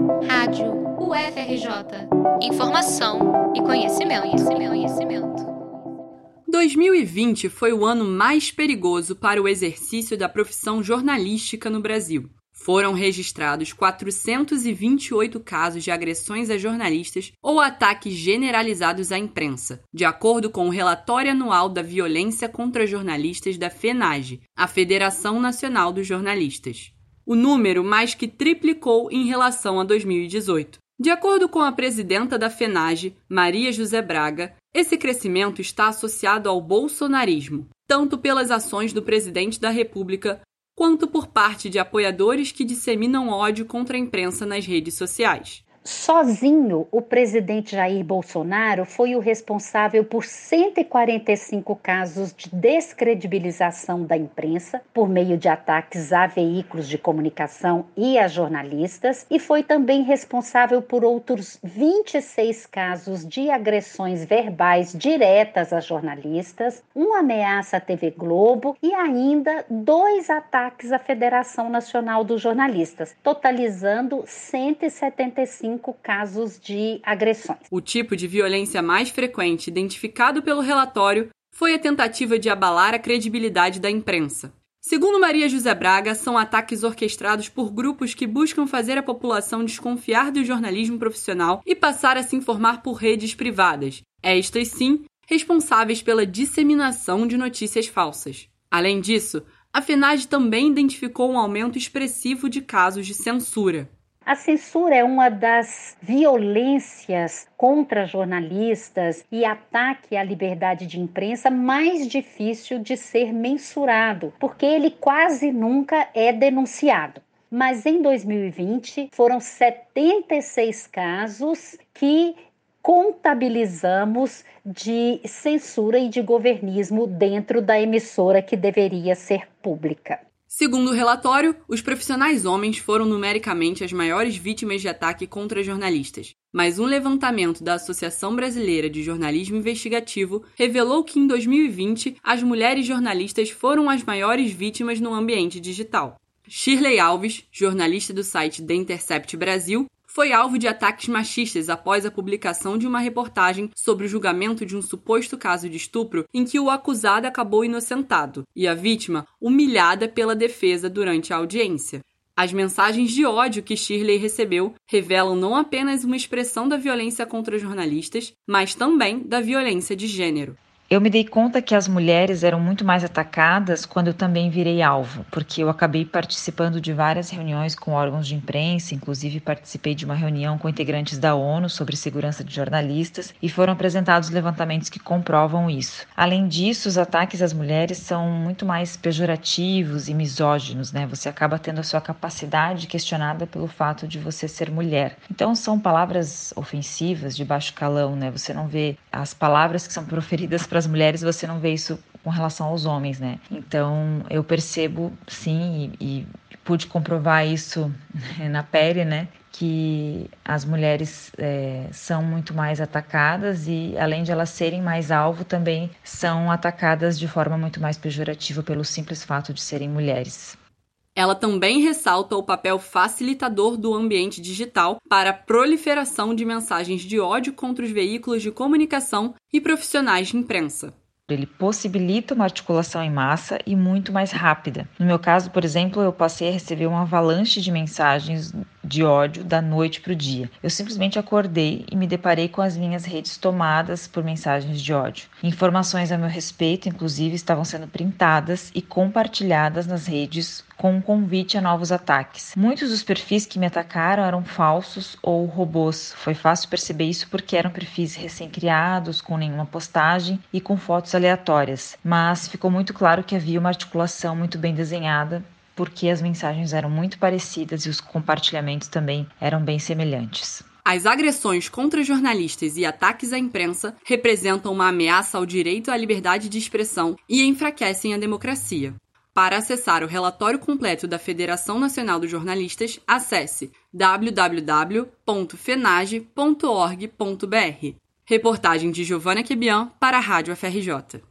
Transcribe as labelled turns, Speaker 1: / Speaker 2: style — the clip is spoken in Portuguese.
Speaker 1: Rádio UFRJ. Informação e conhecimento.
Speaker 2: 2020 foi o ano mais perigoso para o exercício da profissão jornalística no Brasil. Foram registrados 428 casos de agressões a jornalistas ou ataques generalizados à imprensa, de acordo com o relatório anual da violência contra jornalistas da FENAGE, a Federação Nacional dos Jornalistas. O número mais que triplicou em relação a 2018. De acordo com a presidenta da FENAGE, Maria José Braga, esse crescimento está associado ao bolsonarismo, tanto pelas ações do presidente da República, quanto por parte de apoiadores que disseminam ódio contra a imprensa nas redes sociais.
Speaker 3: Sozinho, o presidente Jair Bolsonaro foi o responsável por 145 casos de descredibilização da imprensa por meio de ataques a veículos de comunicação e a jornalistas, e foi também responsável por outros 26 casos de agressões verbais diretas a jornalistas, uma ameaça à TV Globo e ainda 2 ataques à Federação Nacional dos Jornalistas, totalizando 175 casos de agressões.
Speaker 2: O tipo de violência mais frequente identificado pelo relatório foi a tentativa de abalar a credibilidade da imprensa. Segundo Maria José Braga, são ataques orquestrados por grupos que buscam fazer a população desconfiar do jornalismo profissional e passar a se informar por redes privadas, estas sim responsáveis pela disseminação de notícias falsas. Além disso, a FENAGE também identificou um aumento expressivo de casos de censura.
Speaker 3: A censura é uma das violências contra jornalistas e ataque à liberdade de imprensa mais difícil de ser mensurado, porque ele quase nunca é denunciado. Mas em 2020 foram 76 casos que contabilizamos de censura e de governismo dentro da emissora que deveria ser pública.
Speaker 2: Segundo o relatório, os profissionais homens foram numericamente as maiores vítimas de ataque contra jornalistas, mas um levantamento da Associação Brasileira de Jornalismo Investigativo revelou que em 2020 as mulheres jornalistas foram as maiores vítimas no ambiente digital. Shirley Alves, jornalista do site The Intercept Brasil, foi alvo de ataques machistas após a publicação de uma reportagem sobre o julgamento de um suposto caso de estupro em que o acusado acabou inocentado e a vítima humilhada pela defesa durante a audiência. As mensagens de ódio que Shirley recebeu revelam não apenas uma expressão da violência contra jornalistas, mas também da violência de gênero.
Speaker 4: Eu me dei conta que as mulheres eram muito mais atacadas quando eu também virei alvo, porque eu acabei participando de várias reuniões com órgãos de imprensa, inclusive participei de uma reunião com integrantes da ONU sobre segurança de jornalistas e foram apresentados levantamentos que comprovam isso. Além disso, os ataques às mulheres são muito mais pejorativos e misóginos, né? Você acaba tendo a sua capacidade questionada pelo fato de você ser mulher. Então são palavras ofensivas de baixo calão, né? Você não vê as palavras que são proferidas para as mulheres, você não vê isso com relação aos homens, né? Então, eu percebo, sim, e pude comprovar isso na pele, né? Que as mulheres são muito mais atacadas e, além de elas serem mais alvo, também são atacadas de forma muito mais pejorativa pelo simples fato de serem mulheres.
Speaker 2: Ela também ressalta o papel facilitador do ambiente digital para a proliferação de mensagens de ódio contra os veículos de comunicação e profissionais de imprensa.
Speaker 4: Ele possibilita uma articulação em massa e muito mais rápida. No meu caso, por exemplo, eu passei a receber uma avalanche de mensagens de ódio da noite para o dia. Eu simplesmente acordei e me deparei com as minhas redes tomadas por mensagens de ódio. Informações a meu respeito, inclusive, estavam sendo printadas e compartilhadas nas redes com um convite a novos ataques. Muitos dos perfis que me atacaram eram falsos ou robôs. Foi fácil perceber isso porque eram perfis recém-criados, com nenhuma postagem e com fotos aleatórias. Mas ficou muito claro que havia uma articulação muito bem desenhada, porque as mensagens eram muito parecidas e os compartilhamentos também eram bem semelhantes.
Speaker 2: As agressões contra jornalistas e ataques à imprensa representam uma ameaça ao direito à liberdade de expressão e enfraquecem a democracia. Para acessar o relatório completo da Federação Nacional dos Jornalistas, acesse www.fenage.org.br. Reportagem de Giovana Quebian para a Rádio UFRJ.